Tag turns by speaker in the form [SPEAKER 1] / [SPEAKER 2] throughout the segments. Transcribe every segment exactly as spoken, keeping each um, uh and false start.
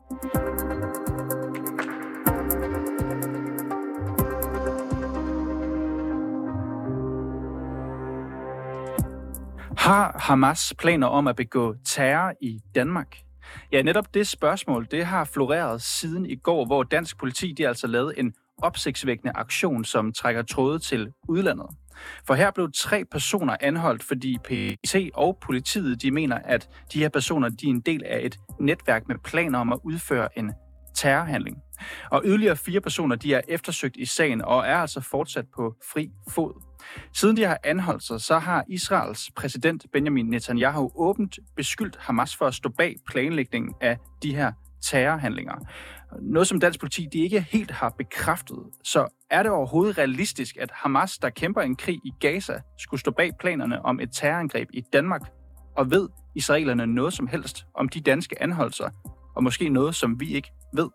[SPEAKER 1] Har Hamas planer om at begå terror i Danmark? Ja, netop det spørgsmål, det har floreret siden i går, hvor dansk politi de altså lavede en opsigtsvækkende aktion, som trækker tråde til udlandet. For her blev tre personer anholdt, fordi P E T og politiet de mener, at de her personer de er en del af et netværk med planer om at udføre en terrorhandling. Og yderligere fire personer de er eftersøgt i sagen og er altså fortsat på fri fod. Siden de har anholdt sig, så har Israels præsident Benjamin Netanyahu åbent beskyldt Hamas for at stå bag planlægningen af de her terrorhandlinger. Noget som dansk politi de ikke helt har bekræftet. Så er det overhovedet realistisk, at Hamas, der kæmper en krig i Gaza, skulle stå bag planerne om et terrorangreb i Danmark? Og ved israelerne noget som helst om de danske anholdelser? Og måske noget, som vi ikke ved?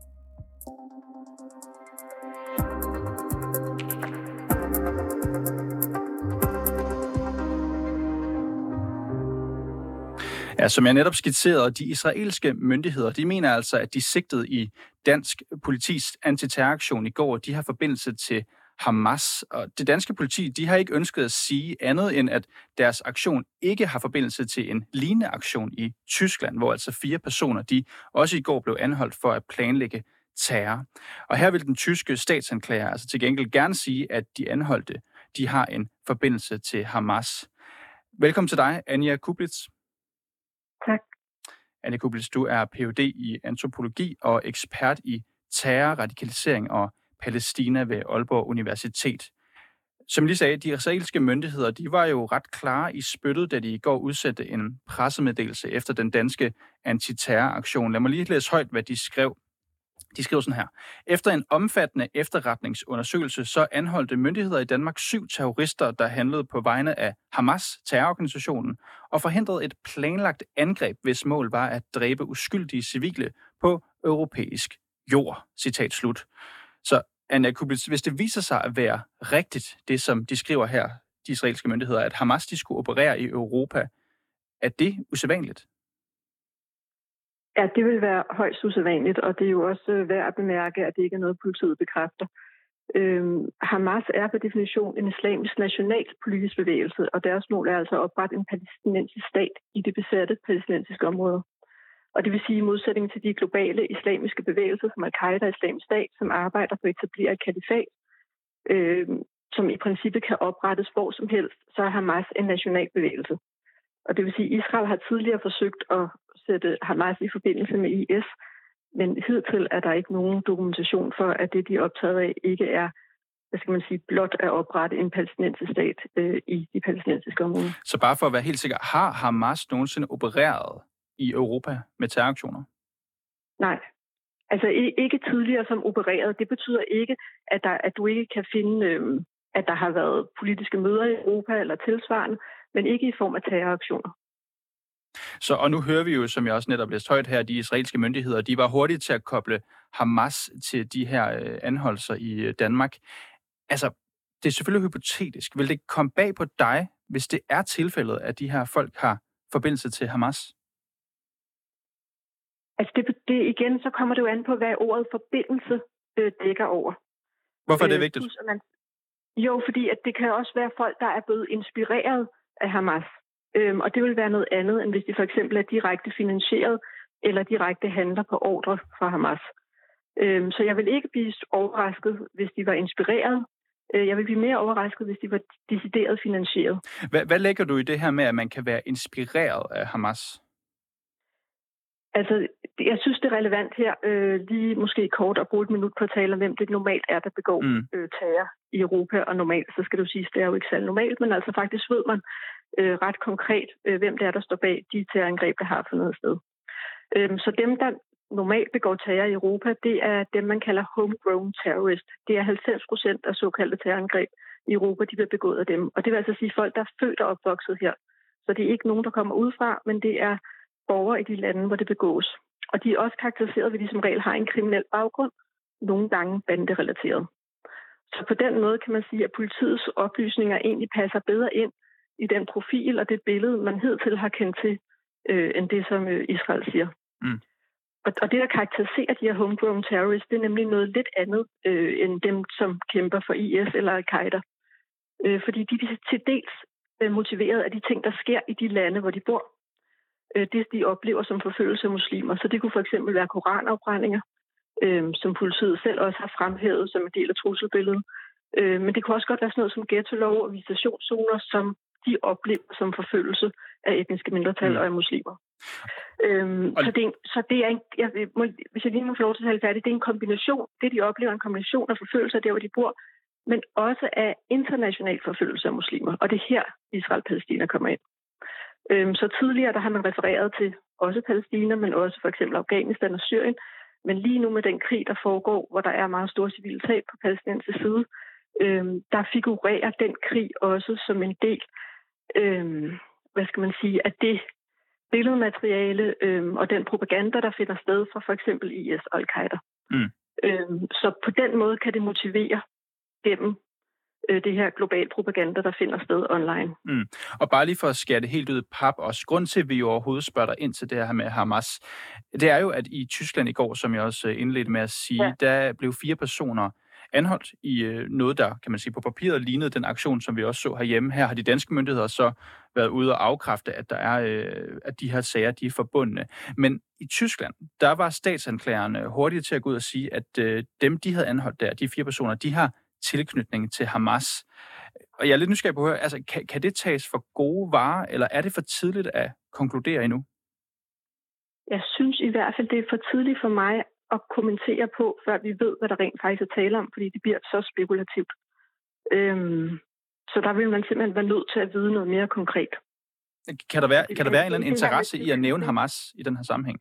[SPEAKER 1] Ja, som jeg netop skitserede, de israelske myndigheder, de mener altså, at de sigtede i dansk politis antiterroraktion i går, de har forbindelse til Hamas. Og det danske politi, de har ikke ønsket at sige andet end, at deres aktion ikke har forbindelse til en lignende aktion i Tyskland, hvor altså fire personer, de også i går blev anholdt for at planlægge terror. Og her vil den tyske statsanklager altså til gengæld gerne sige, at de anholdte, de har en forbindelse til Hamas. Velkommen til dig, Anja Kublitz.
[SPEAKER 2] Tak.
[SPEAKER 1] Anja Kublitz, du er P H D i antropologi og ekspert i terror, radikalisering og Palæstina ved Aalborg Universitet. Som lige sagde, de israelske myndigheder, de var jo ret klare i spyttet, da de i går udsendte en pressemeddelelse efter den danske antiterroraktion. Lad mig lige læse højt, hvad de skrev. De skrev sådan her. Efter en omfattende efterretningsundersøgelse, så anholdte myndigheder i Danmark syv terrorister, der handlede på vegne af Hamas, terrororganisationen, og forhindrede et planlagt angreb, hvis mål var at dræbe uskyldige civile på europæisk jord. Citat slut. Så Anja Kublitz, hvis det viser sig at være rigtigt, det som de skriver her, de israelske myndigheder, at Hamas de skulle operere i Europa, er det usædvanligt?
[SPEAKER 2] Ja, det vil være højst usædvanligt, og det er jo også værd at bemærke, at det ikke er noget, politiet bekræfter. Øhm, Hamas er per definition en islamisk nationalpolitisk bevægelse, og deres mål er altså at oprette en palæstinensisk stat i de besatte palæstinensiske områder. Og det vil sige i modsætning til de globale islamiske bevægelser, som Al-Qaida og Islamisk Stat, som arbejder for at etablere et kalifat, øh, som i princippet kan oprettes hvor som helst, så er Hamas en nationalbevægelse. Og det vil sige, at Israel har tidligere forsøgt at sætte Hamas i forbindelse med I S, men hidtil er der ikke nogen dokumentation for, at det, de er optaget af, ikke er, hvad skal man sige, blot at oprette en palæstinensisk stat øh, i de palæstinensiske områder.
[SPEAKER 1] Så bare for at være helt sikker, har Hamas nogensinde opereret i Europa med terroraktioner?
[SPEAKER 2] Nej. Altså ikke tidligere som opereret. Det betyder ikke, at, der, at du ikke kan finde, øh, at der har været politiske møder i Europa eller tilsvarende, men ikke i form af terroraktioner.
[SPEAKER 1] Så, og nu hører vi jo, som jeg også netop læste højt her, de israelske myndigheder, de var hurtige til at koble Hamas til de her øh, anholdelser i øh, Danmark. Altså, det er selvfølgelig hypotetisk. Vil det komme bag på dig, hvis det er tilfældet, at de her folk har forbindelse til Hamas?
[SPEAKER 2] Altså, det, det igen, så kommer det jo an på, hvad ordet forbindelse øh, dækker over.
[SPEAKER 1] Hvorfor er det vigtigt?
[SPEAKER 2] Øh, man, jo, fordi at det kan også være folk, der er blevet inspireret af Hamas. Øhm, og det vil være noget andet, end hvis de for eksempel er direkte finansieret eller direkte handler på ordre fra Hamas. Øhm, så jeg vil ikke blive overrasket, hvis de var inspireret. Øh, jeg vil blive mere overrasket, hvis de var decideret finansieret.
[SPEAKER 1] Hvad, hvad lægger du i det her med, at man kan være inspireret af Hamas?
[SPEAKER 2] Altså, jeg synes, det er relevant her øh, lige måske kort at bruge et minut på at tale om, hvem det normalt er, der begår mm. øh, terror i Europa. Og normalt, så skal det jo sige, det er jo ikke særlig normalt, men altså faktisk ved man øh, ret konkret, øh, hvem det er, der står bag de terrorangreb, der har fundet sted. Øh, så dem, der normalt begår terror i Europa, det er dem, man kalder homegrown terrorist. Det er halvfems procent af såkaldte terrorangreb i Europa, de bliver begået af dem. Og det vil altså sige folk, der er født og opvokset her. Så det er ikke nogen, der kommer udefra, men det er borgere i de lande, hvor det begås. Og de er også karakteriseret ved, at de som regel har en kriminel baggrund, nogle gange banderelateret. Så på den måde kan man sige, at politiets oplysninger egentlig passer bedre ind i den profil og det billede, man hidtil har kendt til, øh, end det, som øh, Israel siger. Mm. og, og det, der karakteriserer de her homegrown terrorists, det er nemlig noget lidt andet øh, end dem, som kæmper for I S eller Al-Qaida. Øh, fordi de er til dels øh, motiveret af de ting, der sker i de lande, hvor de bor. Øh, det, de oplever som forfølgelse af muslimer. Så det kunne for eksempel være koranafbrændinger, øh, som politiet selv også har fremhævet som en del af trusselbilledet. Øh, men det kunne også godt være sådan noget som ghetto-lov og visitationszoner, som de oplever som forfølgelse af etniske mindretal mm. og af muslimer. Øhm, og... Så, det er, så det er en, jeg må, hvis jeg lige må få lov til at tale færdigt, det er en kombination, det de oplever en kombination af forfølgelse af der, hvor de bor, men også af international forfølgelse af muslimer. Og det er her, Israel-Palæstina kommer ind. Øhm, så tidligere, der har man refereret til også Palæstina, men også for eksempel Afghanistan og Syrien. Men lige nu med den krig, der foregår, hvor der er meget store civile tab på palæstinensisk side, øhm, der figurerer den krig også som en del, øhm, hvad skal man sige, af det billedmateriale øhm, og den propaganda, der finder sted fra for eksempel I S og Al-Qaida. Mm. Øhm, så på den måde kan det motivere gennem øh, det her globale propaganda, der finder sted online.
[SPEAKER 1] Mm. Og bare lige for at skære det helt ud i pap også, grund til, at vi jo overhovedet spørger dig ind til det her med Hamas, det er jo, at i Tyskland i går, som jeg også indledte med at sige, ja. Der blev fire personer anholdt i øh, noget, der, kan man sige, på papiret lignede den aktion, som vi også så herhjemme. Her har de danske myndigheder så været ude og afkræfte, at der er, øh, at de her sager, de er forbundne. Men i Tyskland, der var statsanklagerne hurtige til at gå ud og sige, at øh, dem, de havde anholdt der, de fire personer, de har tilknytning til Hamas. Og jeg er lidt nysgerrig på at høre, altså, kan, kan det tages for gode varer, eller er det for tidligt at konkludere endnu?
[SPEAKER 2] Jeg synes i hvert fald, det er for tidligt for mig at kommentere på, før vi ved, hvad der rent faktisk er tale om, fordi det bliver så spekulativt. Øhm, så der vil man simpelthen være nødt til at vide noget mere konkret.
[SPEAKER 1] Kan der være, kan der være en eller anden interesse i at nævne Hamas i den her sammenhæng?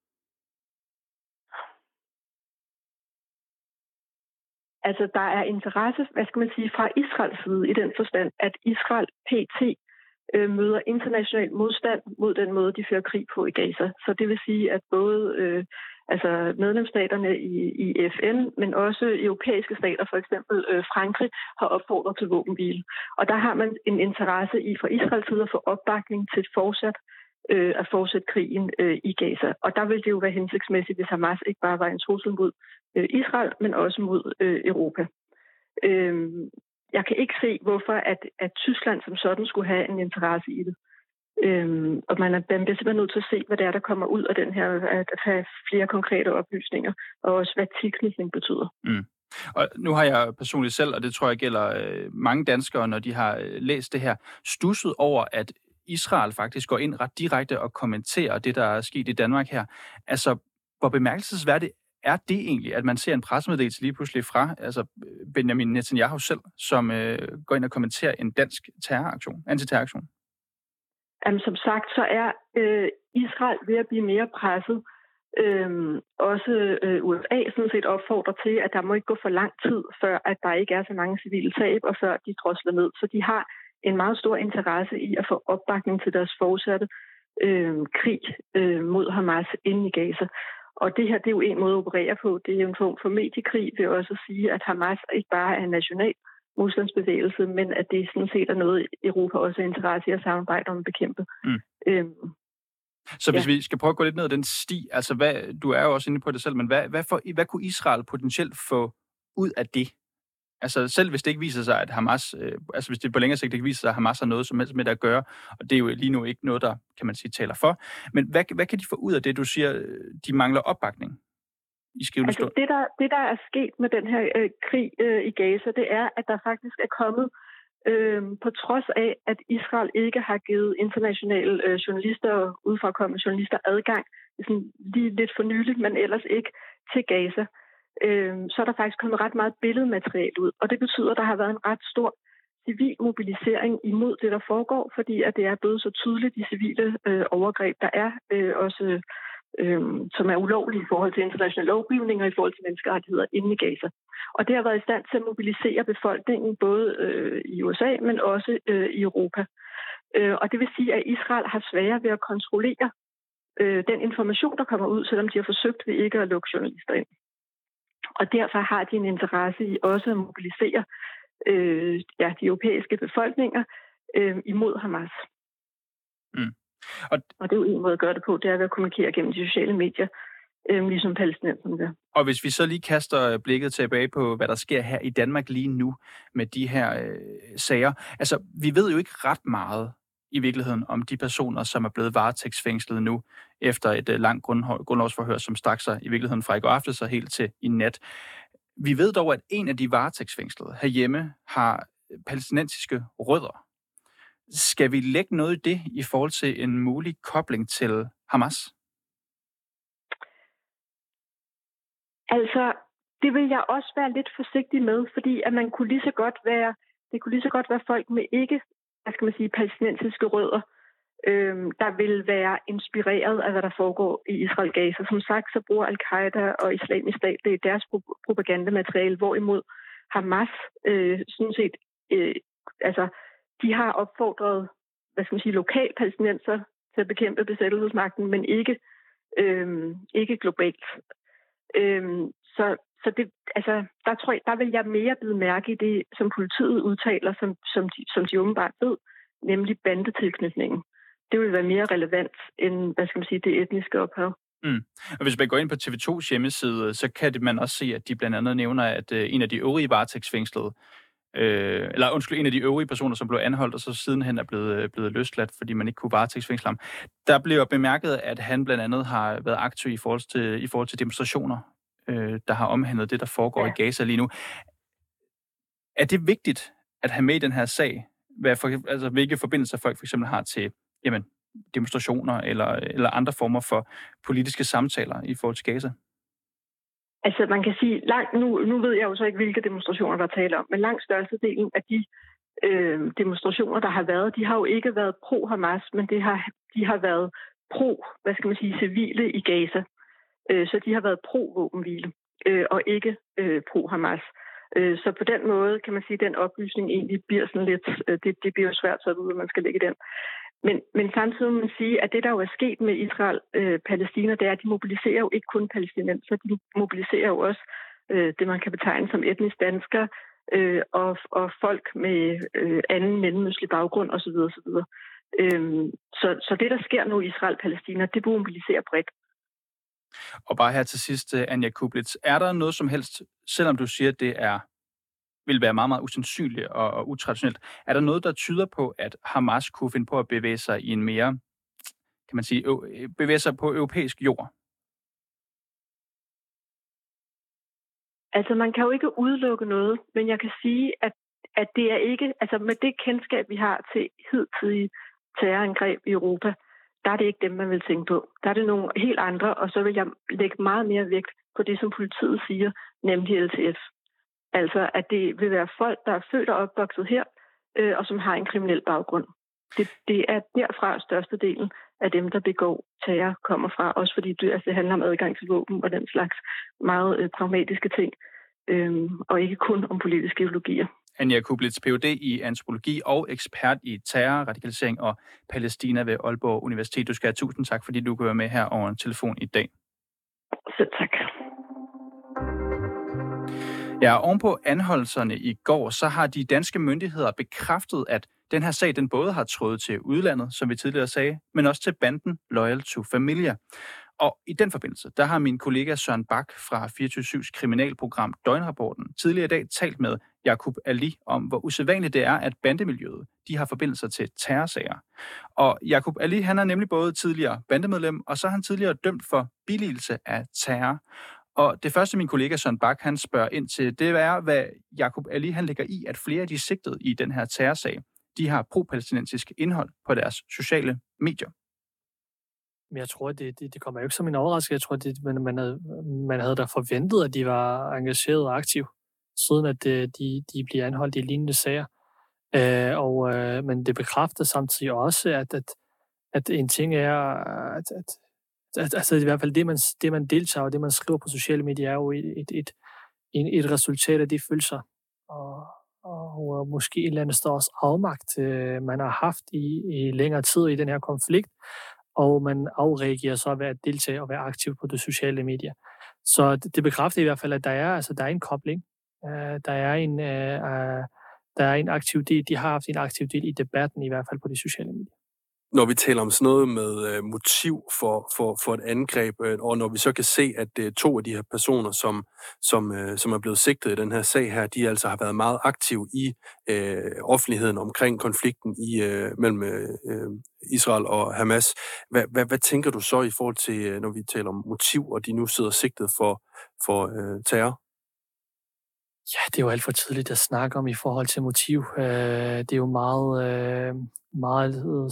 [SPEAKER 2] Altså, der er interesse, hvad skal man sige, fra Israels side i den forstand, at Israel P T øh, møder international modstand mod den måde, de fører krig på i Gaza. Så det vil sige, at både øh, altså medlemsstaterne i, i F N, men også europæiske stater, for eksempel øh, Frankrig, har opfordret til våbenhvile. Og der har man en interesse i fra Israels side at få opbakning til et fortsat øh, at fortsætte krigen øh, i Gaza. Og der vil det jo være hensigtsmæssigt, hvis Hamas ikke bare var en trussel mod øh, Israel, men også mod øh, Europa. Øh, jeg kan ikke se, hvorfor at, at Tyskland som sådan skulle have en interesse i det. Øhm, og man, er, man bliver simpelthen nødt til at se, hvad det er, der kommer ud af den her, at have flere konkrete oplysninger, og også hvad tilknytning betyder.
[SPEAKER 1] Mm. Og nu har jeg personligt selv, og det tror jeg gælder øh, mange danskere, når de har øh, læst det her, stusset over, at Israel faktisk går ind ret direkte og kommenterer det, der er sket i Danmark her. Altså, hvor bemærkelsesværdigt er det egentlig, at man ser en pressemeddelelse lige pludselig fra altså Benjamin Netanyahu selv, som øh, går ind og kommenterer en dansk terroraktion, antiterroraktion?
[SPEAKER 2] Jamen, som sagt, så er øh, Israel ved at blive mere presset. Øhm, også øh, U S A sådan set opfordrer til, at der må ikke gå for lang tid, før at der ikke er så mange civile tab, og før de drosler ned. Så de har en meget stor interesse i at få opbakning til deres fortsatte øh, krig øh, mod Hamas inde i Gaza. Og det her, det er jo en måde at operere på. Det er jo en form for mediekrig, vil også sige, at Hamas ikke bare er en national modstandsbevægelse, men at det sådan set er noget, Europa også har interesse i at samarbejde om at bekæmpe. Mm. Øhm,
[SPEAKER 1] Så hvis ja. vi skal prøve at gå lidt ned ad den sti, altså hvad, du er jo også inde på det selv, men hvad, hvad, for, hvad kunne Israel potentielt få ud af det? Altså selv hvis det ikke viser sig, at Hamas, øh, altså hvis det på længere sigt ikke viser sig, at Hamas har noget som helst med det at gøre, og det er jo lige nu ikke noget, der, kan man sige, taler for. Men hvad, hvad kan de få ud af det, du siger, de mangler opbakning i skrivende stund?
[SPEAKER 2] Altså det der, det, der er sket med den her øh, krig øh, i Gaza, det er, at der faktisk er kommet, øh, på trods af, at Israel ikke har givet internationale øh, journalister og udefrakommende journalister adgang, sådan lige lidt for nyligt, men ellers ikke, til Gaza, så er der faktisk kommet ret meget billedmateriale ud. Og det betyder, at der har været en ret stor civil mobilisering imod det, der foregår, fordi at det er blevet så tydeligt, de civile øh, overgreb, der er, øh, også, øh, som er ulovlige i forhold til international lovgivning og i forhold til menneskerettigheder inde i Gaza. Og det har været i stand til at mobilisere befolkningen, både øh, i U S A, men også øh, i Europa. Øh, og det vil sige, at Israel har svære ved at kontrollere øh, den information, der kommer ud, selvom de har forsøgt ved ikke at lukke journalister ind. Og derfor har de en interesse i også at mobilisere øh, ja, de europæiske befolkninger øh, imod Hamas.
[SPEAKER 1] Mm.
[SPEAKER 2] Og, og det er jo en måde at gøre det på, det er ved at kommunikere gennem de sociale medier. øh, ligesom palæstinenserne gør.
[SPEAKER 1] Og hvis vi så lige kaster blikket tilbage på, hvad der sker her i Danmark lige nu med de her øh, sager. Altså, vi ved jo ikke ret meget i virkeligheden om de personer, som er blevet varetægtsfængslet nu, efter et øh, langt grundho- grundlovsforhør, som stak sig i virkeligheden fra i går aftes og helt til i nat. Vi ved dog, at en af de varetægtsfængslede herhjemme har palæstinensiske rødder. Skal vi lægge noget i det i forhold til en mulig kobling til Hamas?
[SPEAKER 2] Altså, det vil jeg også være lidt forsigtig med, fordi at man kunne lige så godt være, det kunne lige så godt være folk med ikke, hvad skal man sige, palæstinensiske rødder, øhm, der vil være inspireret af, hvad der foregår i Israel-Gaza. Som sagt, så bruger Al-Qaida og Islamisk Stat, det er deres pro- propagandamateriale, hvorimod Hamas, øh, sådan set, øh, altså, de har opfordret, hvad skal man sige, lokal palæstinenser til at bekæmpe besættelsesmagten, men ikke, øh, ikke globalt. Øhm, så så det, altså, der, tror jeg, der vil jeg mere bide mærke i det, som politiet udtaler, som, som, de, som de åbenbart ved, nemlig bandetilknytningen. Det vil være mere relevant end, hvad skal man sige, det etniske ophav.
[SPEAKER 1] Mm. Og hvis man går ind på T V to's hjemmeside, så kan man også se, at de blandt andet nævner, at øh, en af de øvrige varetægtsfængslede, øh, eller undskyld, en af de øvrige personer, som blev anholdt, og så sidenhen er blevet, blevet løsladt, fordi man ikke kunne varetægtsfængsle ham. Der blev bemærket, at han blandt andet har været aktiv i forhold til, i forhold til demonstrationer, øh, der har omhandlet det, der foregår ja. i Gaza lige nu. Er det vigtigt at have med i den her sag? Hvad for, altså, hvilke forbindelser folk for eksempel har til jamen, demonstrationer eller, eller andre former for politiske samtaler i forhold til Gaza?
[SPEAKER 2] Altså man kan sige, langt, nu, nu ved jeg jo så ikke, hvilke demonstrationer der taler om, men langt størstedelen af de øh, demonstrationer, der har været, de har jo ikke været pro-Hamas, men det har, de har været pro, hvad skal man sige, civile i Gaza. Øh, så de har været pro-våbenhvile øh, og ikke øh, pro-Hamas. Øh, så på den måde kan man sige, at den oplysning egentlig bliver sådan lidt, øh, det, det bliver jo svært så at vide, at man skal lægge den. Men, men samtidig må man sige, at det, der jo er sket med Israel-Palæstina, øh, det er, at de mobiliserer jo ikke kun palæstinenser, de mobiliserer jo også øh, det, man kan betegne som etnisk danskere øh, og, og folk med øh, anden mellemøstlig baggrund osv. osv. Øh, så, så det, der sker nu i Israel-Palæstina, det mobiliserer bredt.
[SPEAKER 1] Og bare her til sidst, Anja Kublitz, er der noget som helst, selvom du siger, at det er vil være meget, meget usandsynligt og, og utraditionelt. Er der noget, der tyder på, at Hamas kunne finde på at bevæge sig i en mere, kan man sige, bevæge sig på europæisk jord?
[SPEAKER 2] Altså, man kan jo ikke udelukke noget, men jeg kan sige, at, at det er ikke, altså med det kendskab, vi har til hidtidige terrorangreb i Europa, der er det ikke dem, man vil tænke på. Der er det nogle helt andre, og så vil jeg lægge meget mere vægt på det, som politiet siger, nemlig L T F. Altså, at det vil være folk, der er født og opvokset her, øh, og som har en kriminel baggrund. Det, det er derfra størstedelen af dem, der begår terror, kommer fra. Også fordi det, altså, det handler om adgang til våben og den slags meget øh, pragmatiske ting, øh, og ikke kun om politiske ideologier.
[SPEAKER 1] Anja Kublitz, Ph D i antropologi og ekspert i terror, radikalisering og Palæstina ved Aalborg Universitet. Du skal have tusind tak, fordi du kan være med her over en telefon i dag.
[SPEAKER 2] Selv tak.
[SPEAKER 1] Ja, ovenpå anholdelserne i går, så har de danske myndigheder bekræftet, at den her sag, den både har trådet til udlandet, som vi tidligere sagde, men også til banden Loyal to Familia. Og i den forbindelse, der har min kollega Søren Bak fra fireogtyve syvs kriminalprogram Døgnrapporten tidligere i dag talt med Jacob Ali om, hvor usædvanligt det er, at bandemiljøet, de har forbindelser til terrorsager. Og Jacob Ali, han er nemlig både tidligere bandemedlem, og så er han tidligere dømt for billigelse af terror. Og det første, min kollega Søren Bak, han spørger ind til, det er, hvad Jacob Ali, han lægger i, at flere af de sigtede i den her terrorsag, de har pro-palæstinensisk indhold på deres sociale medier.
[SPEAKER 3] Men jeg tror, det, det, det kommer jo ikke som en overraskelse. Jeg tror, det, man, man, havde, man havde da forventet, at de var engageret og aktive, siden at de, de, de bliver anholdt i lignende sager. Øh, og, øh, men det bekræfter samtidig også, at, at, at en ting er, at, at, at altså i hvert fald det man, det, man deltager og det, man skriver på sociale medier, er jo et, et, et, et, et resultat af de følelser. Og, og måske et eller andet sted også afmagt, øh, man har haft i, i længere tid i den her konflikt, og man afreagerer så ved at deltage og være aktiv på de sociale medier. Så det, det bekræfter i hvert fald, at der er, altså, der er en kobling. Uh, der, er en, uh, uh, der er en aktiv del, de har haft en aktiv del i debatten, i hvert fald på de sociale medier.
[SPEAKER 4] Når vi taler om sådan noget med øh, motiv for, for, for et angreb, øh, og når vi så kan se, at øh, to af de her personer, som, som, øh, som er blevet sigtet i den her sag her, de altså har været meget aktive i øh, offentligheden omkring konflikten i øh, mellem øh, Israel og Hamas. Hvad, hvad, hvad tænker du så i forhold til, øh, når vi taler om motiv, og de nu sidder sigtet for, for øh, terror?
[SPEAKER 3] Ja, det er jo alt for tidligt at snakke om i forhold til motiv. Øh, det er jo meget, øh, meget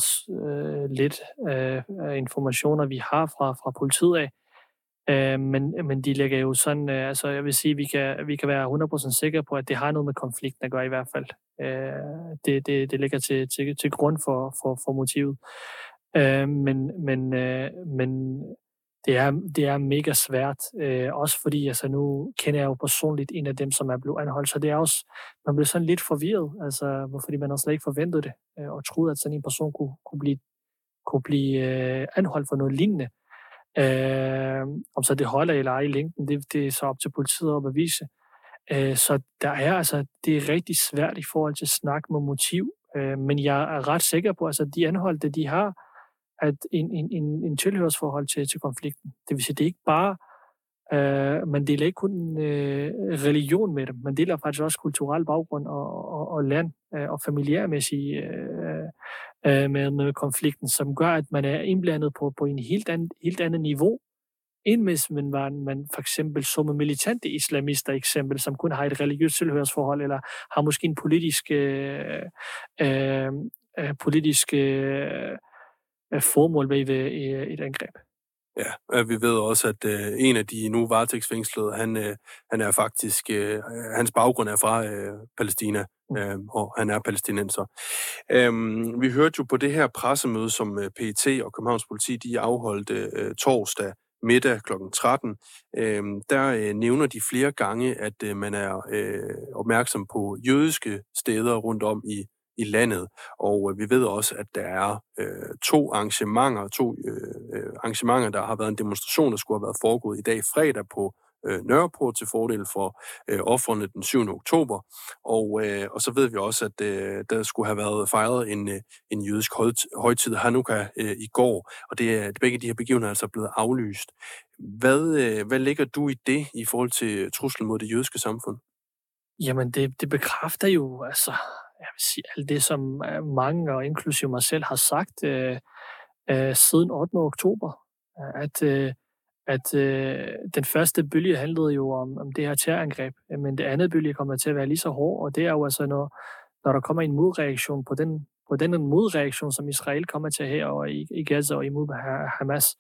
[SPEAKER 3] øh, lidt øh, informationer, vi har fra, fra politiet af. Øh, men, men de lægger jo sådan, øh, altså jeg vil sige, vi kan, vi kan være hundrede procent sikre på, at det har noget med konflikten at gøre i hvert fald. Øh, det, det, det ligger til, til, til grund for, for, for motivet. Øh, men, men, øh, men det er, det er mega svært, øh, også fordi altså, nu kender jeg jo personligt en af dem, som er blevet anholdt, så det er også, man bliver sådan lidt forvirret, altså, fordi man har slet ikke forventet det, øh, og troede, at sådan en person kunne, kunne blive, kunne blive øh, anholdt for noget lignende. Øh, om så det holder eller ej i længden, det, det er så op til politiet at bevise. Øh, så der er altså, det er rigtig svært i forhold til at snakke med motiv, øh, men jeg er ret sikker på, at altså, de anholdte, de har at en, en, en, en tilhørsforhold til, til konflikten. Det vil sige, det er ikke bare, øh, man deler ikke kun øh, religion med dem, man deler faktisk også kulturel baggrund og, og, og land øh, og familiærmæssig øh, øh, med, med konflikten, som gør, at man er indblandet på, på en helt andet, helt andet niveau, end hvis man, var, man for eksempel så med militante islamister eksempel, som kun har et religiøst tilhørsforhold, eller har måske en politisk øh, øh, øh, politisk øh, formål ved et angreb.
[SPEAKER 4] Ja, vi ved også, at øh, en af de nu varetægtsfængslede, han, øh, han er faktisk, øh, hans baggrund er fra øh, Palæstina, øh, og han er palæstinenser. Øhm, vi hørte jo på det her pressemøde, som øh, P E T og Københavns Politi, de afholdt øh, torsdag middag klokken tretten. Øh, der øh, nævner de flere gange, at øh, man er øh, opmærksom på jødiske steder rundt om i i landet, og øh, vi ved også, at der er øh, to arrangementer, to øh, arrangementer, der har været en demonstration, der skulle have været foregået i dag fredag på øh, Nørreport til fordel for øh, ofrene den syvende oktober, og, øh, og så ved vi også, at øh, der skulle have været fejret en, øh, en jødisk højtid Hanukkah øh, i går, og det er begge de her begivenheder altså blevet aflyst. Hvad, øh, hvad lægger du i det i forhold til truslen mod det jødiske samfund?
[SPEAKER 3] Jamen, det, det bekræfter jo, altså, jeg vil sige, alt det, som mange, og inklusive mig selv, har sagt øh, øh, siden ottende oktober, at, øh, at øh, den første bølge handlede jo om, om det her terrorangreb, men det andet bølge kommer til at være lige så hård, og det er jo altså, når, når der kommer en modreaktion på den, på den modreaktion, som Israel kommer til her og i, i Gaza og imod Hamas.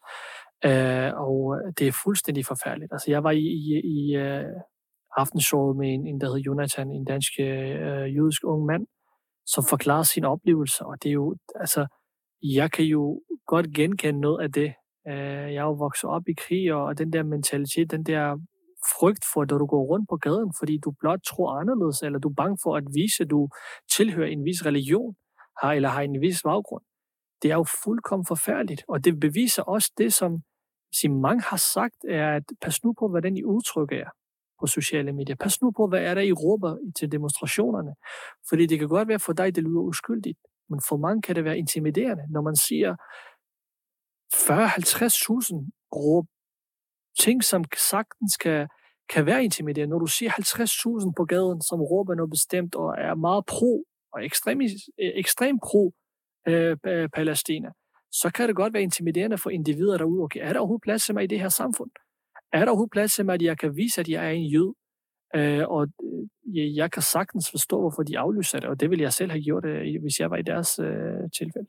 [SPEAKER 3] Øh, og det er fuldstændig forfærdeligt. Altså, jeg var i, i, i øh, aftenshowet med en, en, der hed Jonathan, en dansk øh, jødisk ung mand, som forklarer sine oplevelser, og det er jo, altså, jeg kan jo godt genkende noget af det. Jeg er jo vokset op i krig, og den der mentalitet, den der frygt for, at du går rundt på gaden, fordi du blot tror anderledes, eller du er bange for at vise, at du tilhører en vis religion, har, eller har en vis baggrund. Det er jo fuldkommen forfærdeligt, og det beviser også det, som, som mange har sagt, er, at pas nu på, hvordan I udtrykker jer på sociale medier. Pas nu på, hvad er der, I råber til demonstrationerne. Fordi det kan godt være for dig, det lyder uskyldigt, men for mange kan det være intimiderende, når man siger fyrre til halvtreds tusind råb ting, som sagtens kan, kan være intimiderende. Når du siger halvtreds tusind på gaden, som råber noget bestemt, og er meget pro, og ekstrem, ekstrem pro øh, Palæstina, så kan det godt være intimiderende for individer derude. Okay, er der overhovedet plads til mig i det her samfund? Er der overhovedet plads til mig, at jeg kan vise, at jeg er en jød? Øh, og øh, jeg kan sagtens forstå, hvorfor de aflyser det, og det ville jeg selv have gjort, øh, hvis jeg var i deres øh, tilfælde.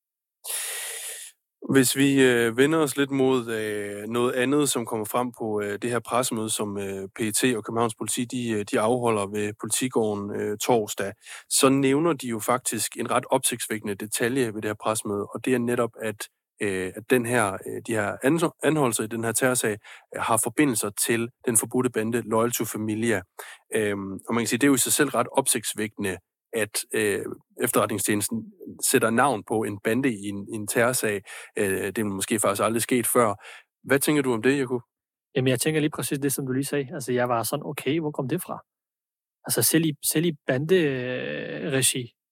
[SPEAKER 4] Hvis vi øh, vender os lidt mod øh, noget andet, som kommer frem på øh, det her pressemøde, som øh, P E T og Københavns Politi de, de afholder ved Politigården øh, torsdag, så nævner de jo faktisk en ret opsigtsvækkende detalje ved det her pressemøde, og det er netop, at, øh, at den her, øh, de her anholdelser i den her terrorsag øh, har forbindelser til den forbudte bande Loyal to Familia. Øh, og man kan sige, det er jo i sig selv ret opsigtsvækkende, at øh, efterretningstjenesten sætter navn på en bande i en, en terrorsag. Øh, det er måske faktisk aldrig sket før. Hvad tænker du om det, Jakub?
[SPEAKER 3] Jamen, jeg tænker lige præcis det, som du lige sagde. Altså, jeg var sådan, okay, hvor kom det fra? Altså, selv i, selv i banderegi,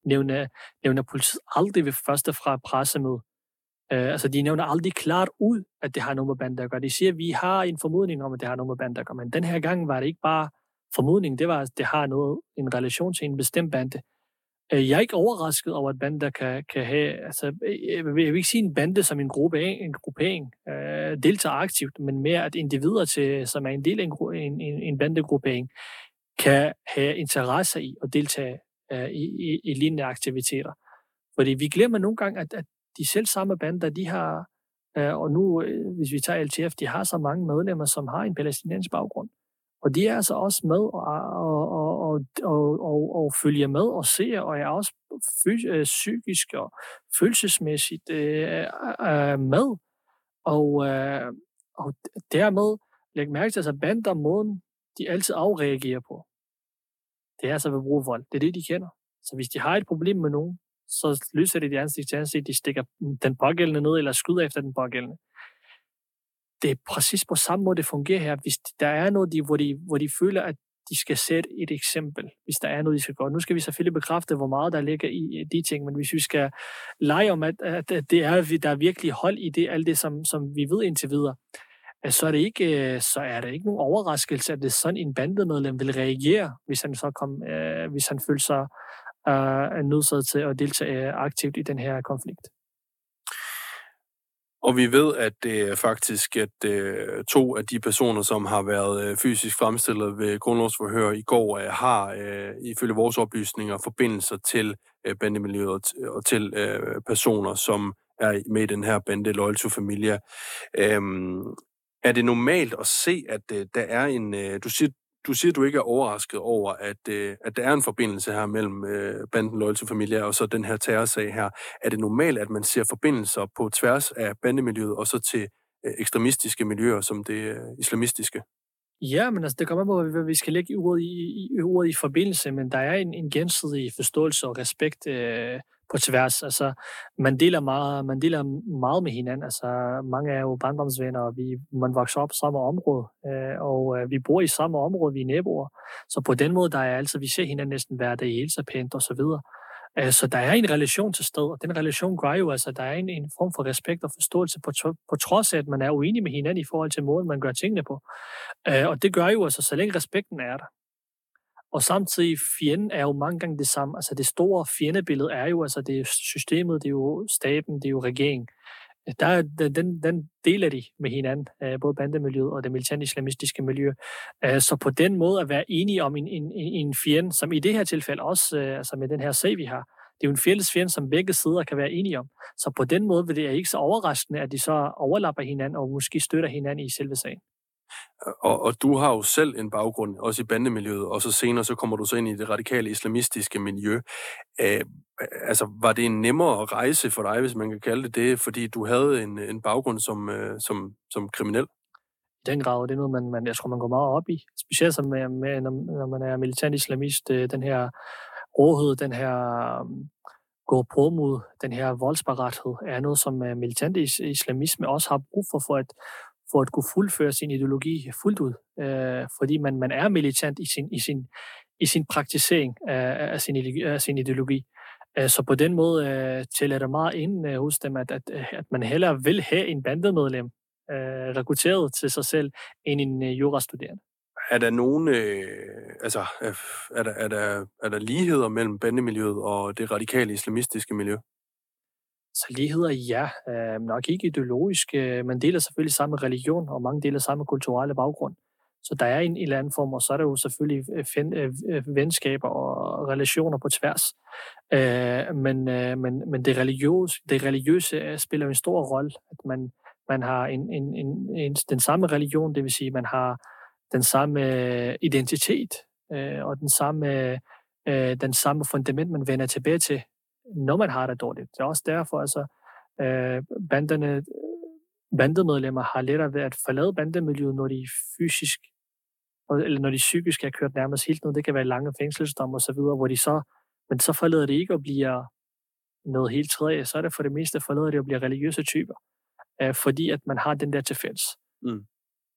[SPEAKER 3] nævner, nævner politiet aldrig ved første fra pressemøde. Uh, altså, de nævner aldrig klart ud, at det har noget med bander at gøre. De siger, at vi har en formodning om, at det har noget med bander at gøre. Men den her gang var det ikke bare formodning, det var, at det har noget, en relation til en bestemt bande. Uh, jeg er ikke overrasket over, at bander kan, kan have... Altså, jeg vil, jeg vil ikke sige en bande som en, gruppe, en gruppering uh, deltager aktivt, men mere at individer, til, som er en del af en, en, en, en bandegruppering, kan have interesse i at deltage uh, i, i, i lignende aktiviteter. Fordi vi glemmer nogle gange, at, at de selv samme bander, de har, øh, og nu, øh, hvis vi tager L T F, de har så mange medlemmer, som har en palæstinensisk baggrund. Og de er altså også med og, og, og, og, og, og, og følger med og ser, og er også fys- øh, psykisk og følelsesmæssigt øh, øh, med. Og, øh, og dermed, læg mærke til, altså bander måden, de altid afreagerer på. Det er altså ved brug vold. Det er det, de kender. Så hvis de har et problem med nogen, så løser de det ansigt til ansigt, de stikker den pågældende ned, eller skyder efter den pågældende. Det er præcis på samme måde, det fungerer her. Hvis der er noget, de, hvor, de, hvor de føler, at de skal sætte et eksempel, hvis der er noget, de skal gøre. Nu skal vi selvfølgelig bekræfte, hvor meget der ligger i de ting, men hvis vi skal lege om, at, at det er, der er virkelig hold i det, alt det, som, som vi ved indtil videre, så er det ikke, så er det ikke nogen overraskelse, at det sådan en bandemedlem vil reagere, hvis han så kom, øh, hvis han føler sig er nødsaget til at deltage aktivt i den her konflikt.
[SPEAKER 4] Og vi ved, at det er faktisk, at øh, to af de personer, som har været øh, fysisk fremstillet ved grundlovsforhør i går, øh, har øh, ifølge vores oplysninger forbindelser til øh, bandemiljøet og, t- og til øh, personer, som er med i den her bande Loyal to Familia. Øhm, er det normalt at se, at øh, der er en... Øh, du siger, Du siger, at du ikke er overrasket over, at, øh, at der er en forbindelse her mellem øh, banden Loyal to Familia og så den her terrorsag her. Er det normalt, at man ser forbindelser på tværs af bandemiljøet og så til øh, ekstremistiske miljøer som det øh, islamistiske?
[SPEAKER 3] Ja, men altså, det kommer på, hvad vi skal lægge i ordet i, i, ordet i forbindelse, men der er en, en gensidig forståelse og respekt øh, på tværs. Altså, man deler meget, man deler meget med hinanden. Altså, mange er jo barndomsvenner, og vi, man vokser op i samme område, øh, og øh, vi bor i samme område, vi er naboer. Så på den måde, der er altså, vi ser hinanden næsten hver dag, helt så pænt og så videre. Øh, så der er en relation til sted, og den relation gør jo, altså, der er en, en form for respekt og forståelse på, på trods af, at man er uenig med hinanden i forhold til måden, man gør tingene på. Øh, og det gør jo, altså, så længe respekten er der. Og samtidig, fjenden er jo mange gange det samme. Altså det store fjendebillede er jo, altså det er systemet, det er jo staten, det er jo regeringen. Der er, den, den deler de med hinanden, både bandemiljøet og det militant islamistiske miljø. Så på den måde at være enige om en, en, en fjende, som i det her tilfælde også, altså med den her sag, vi har, det er jo en fælles fjende, som begge sider kan være enige om. Så på den måde vil det ikke så overraskende, at de så overlapper hinanden og måske støtter hinanden i selve sagen.
[SPEAKER 4] Og, og du har jo selv en baggrund, også i bandemiljøet, og så senere så kommer du så ind i det radikale islamistiske miljø. Æh, altså, var det en nemmere rejse for dig, hvis man kan kalde det det, fordi du havde en, en baggrund som, øh, som, som kriminel?
[SPEAKER 3] I den grad, det er noget, man, man, jeg tror, man går meget op i. Specielt som med, med, når, når man er militant islamist, den her råhed, den her um, går på mod, den her voldsparathed, er noget, som militant islamisme også har brug for, for at for at kunne fuldføre sin ideologi fuldt ud, øh, fordi man, man er militant i sin, i sin, i sin praktisering af, af, sin, af sin ideologi. Øh, så på den måde øh, tæller det meget ind øh, hos dem, at, at, at man hellere vil have en bandemedlem øh, rekrutteret til sig selv, end en øh, jurastuderende.
[SPEAKER 4] Er der nogen, øh, altså, er der, er, der, er der ligheder mellem bandemiljøet og det radikale islamistiske miljø?
[SPEAKER 3] Så ligheder, ja. Øh, nok ikke ideologisk. Øh, man deler selvfølgelig samme religion, og mange deler samme kulturelle baggrund. Så der er en, en eller anden form, og så er der jo selvfølgelig fen, øh, venskaber og relationer på tværs. Øh, men, øh, men, men det religiøse, det religiøse spiller en stor rolle, at man, man har en, en, en, en, den samme religion, det vil sige, man har den samme identitet, øh, og den samme, øh, den samme fundament, man vender tilbage til, når man har det dårligt. Det er også derfor, altså, øh, banderne, bandemedlemmer har lettere ved at forlade bandemiljøet, når de fysisk, eller når de psykisk er kørt nærmest helt ned. Det kan være lange fængselsdom og så videre, hvor de så, men så forlader det ikke at blive noget helt tredje. Så er det for det meste forlader det at blive religiøse typer, øh, fordi at man har den der til fælles.
[SPEAKER 4] Mm.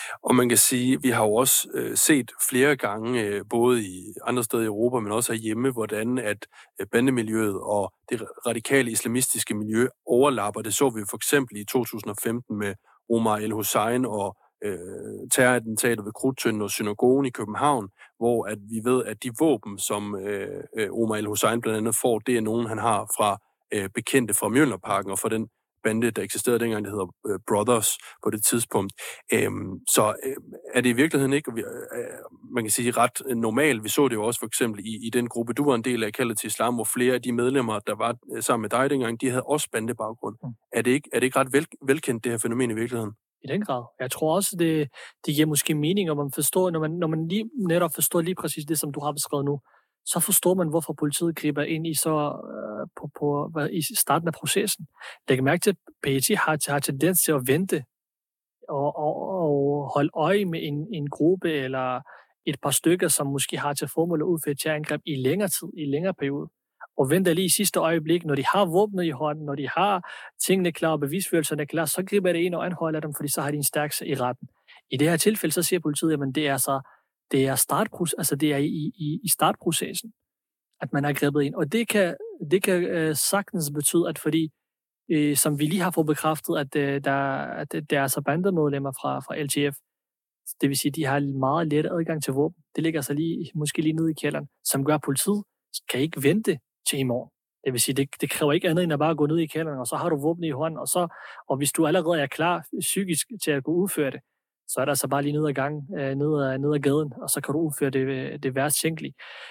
[SPEAKER 4] Og man kan sige, at vi har jo også øh, set flere gange, øh, både i andre steder i Europa, men også herhjemme, hvordan at øh, bandemiljøet og det radikale islamistiske miljø overlapper. Det så vi for eksempel i to tusind og femten med Omar el-Hussein og øh, terrorattentatet ved Krudttønden og synagogen i København, hvor at vi ved, at de våben, som øh, Omar el-Hussein blandt andet får, det er nogen, han har fra øh, bekendte fra Mjølnerparken og fra den bande, der eksisterede dengang, det hedder øh, Brothers på det tidspunkt. Æm, så øh, er det i virkeligheden ikke, øh, man kan sige, ret normalt. Vi så det jo også for eksempel i, i den gruppe, du var en del af, kaldet til Islam, hvor flere af de medlemmer, der var øh, sammen med dig dengang, de havde også bandebaggrund. Mm. Er det ikke, er det ikke ret vel, velkendt, det her fænomen i virkeligheden?
[SPEAKER 3] I den grad. Jeg tror også, det, det giver måske mening, om man forstår, når man, når man lige, netop forstår lige præcis det, som du har beskrevet nu, så forstår man, hvorfor politiet griber ind i så øh, på, på, hvad, i starten af processen. Læg mærke til, at P E T har, har tendens til at vente og, og, og holde øje med en, en gruppe eller et par stykker, som måske har til formål at udføre terrorangreb i længere tid, i længere periode. Og venter lige i sidste øjeblik, når de har våbnet i hånden, når de har tingene klar og bevisførelserne klar, så griber det ind og anholder dem, fordi så har de en stærk sag i retten. I det her tilfælde, så siger politiet, at det er så det er startproces, altså det er i, i, i startprocessen, at man har grebet ind. Og det kan, det kan øh, sagtens betyde, at fordi, øh, som vi lige har fået bekræftet, at, øh, der, at der er altså bandemedlemmer fra, fra L T F, det vil sige, at de har meget let adgang til våben. Det ligger så lige, måske lige nede i kælderen, som gør, at politiet kan ikke vente til i morgen. Det vil sige, det, det kræver ikke andet end at bare gå ned i kælderen, og så har du våben i hånden, og, så, og hvis du allerede er klar psykisk til at gå udføre det, så er der så bare lige ned ad gangen, ned ad, ned ad gaden, og så kan du udføre det, det værst tænkelige.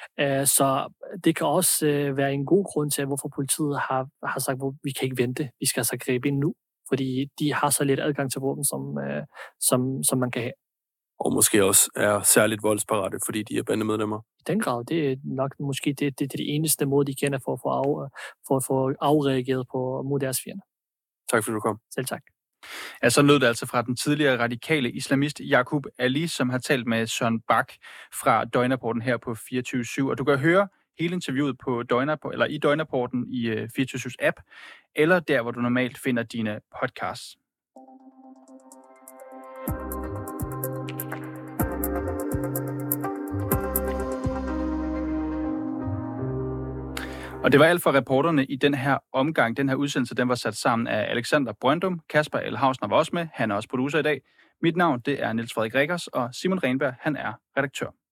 [SPEAKER 3] Så det kan også være en god grund til, hvorfor politiet har, har sagt, at vi kan ikke vente, vi skal så gribe ind nu, fordi de har så lidt adgang til våben, som, som, som man kan have.
[SPEAKER 4] Og måske også er særligt voldsparate, fordi de er bandemedlemmer.
[SPEAKER 3] I den grad, det er nok måske det, det, det er det eneste måde, de kender for at få, af, for at få afreageret på mod deres fjender.
[SPEAKER 4] Tak fordi du kom.
[SPEAKER 3] Selv tak.
[SPEAKER 1] Ja, så lød det altså fra den tidligere radikale islamist Yaqub Ali, som har talt med Søren Bak fra Døgnrapporten her på fireogtyve syv. Og du kan høre hele interviewet på Døgnrapporten, eller i Døgnrapporten i fireogtyve syvs app, eller der, hvor du normalt finder dine podcasts. Og det var alt for reporterne i den her omgang. Den her udsendelse, den var sat sammen af Alexander Brøndum. Kasper L. Hausner var også med. Han er også producer i dag. Mit navn, det er Niels Frederik Rikkers, og Simon Renberg, han er redaktør.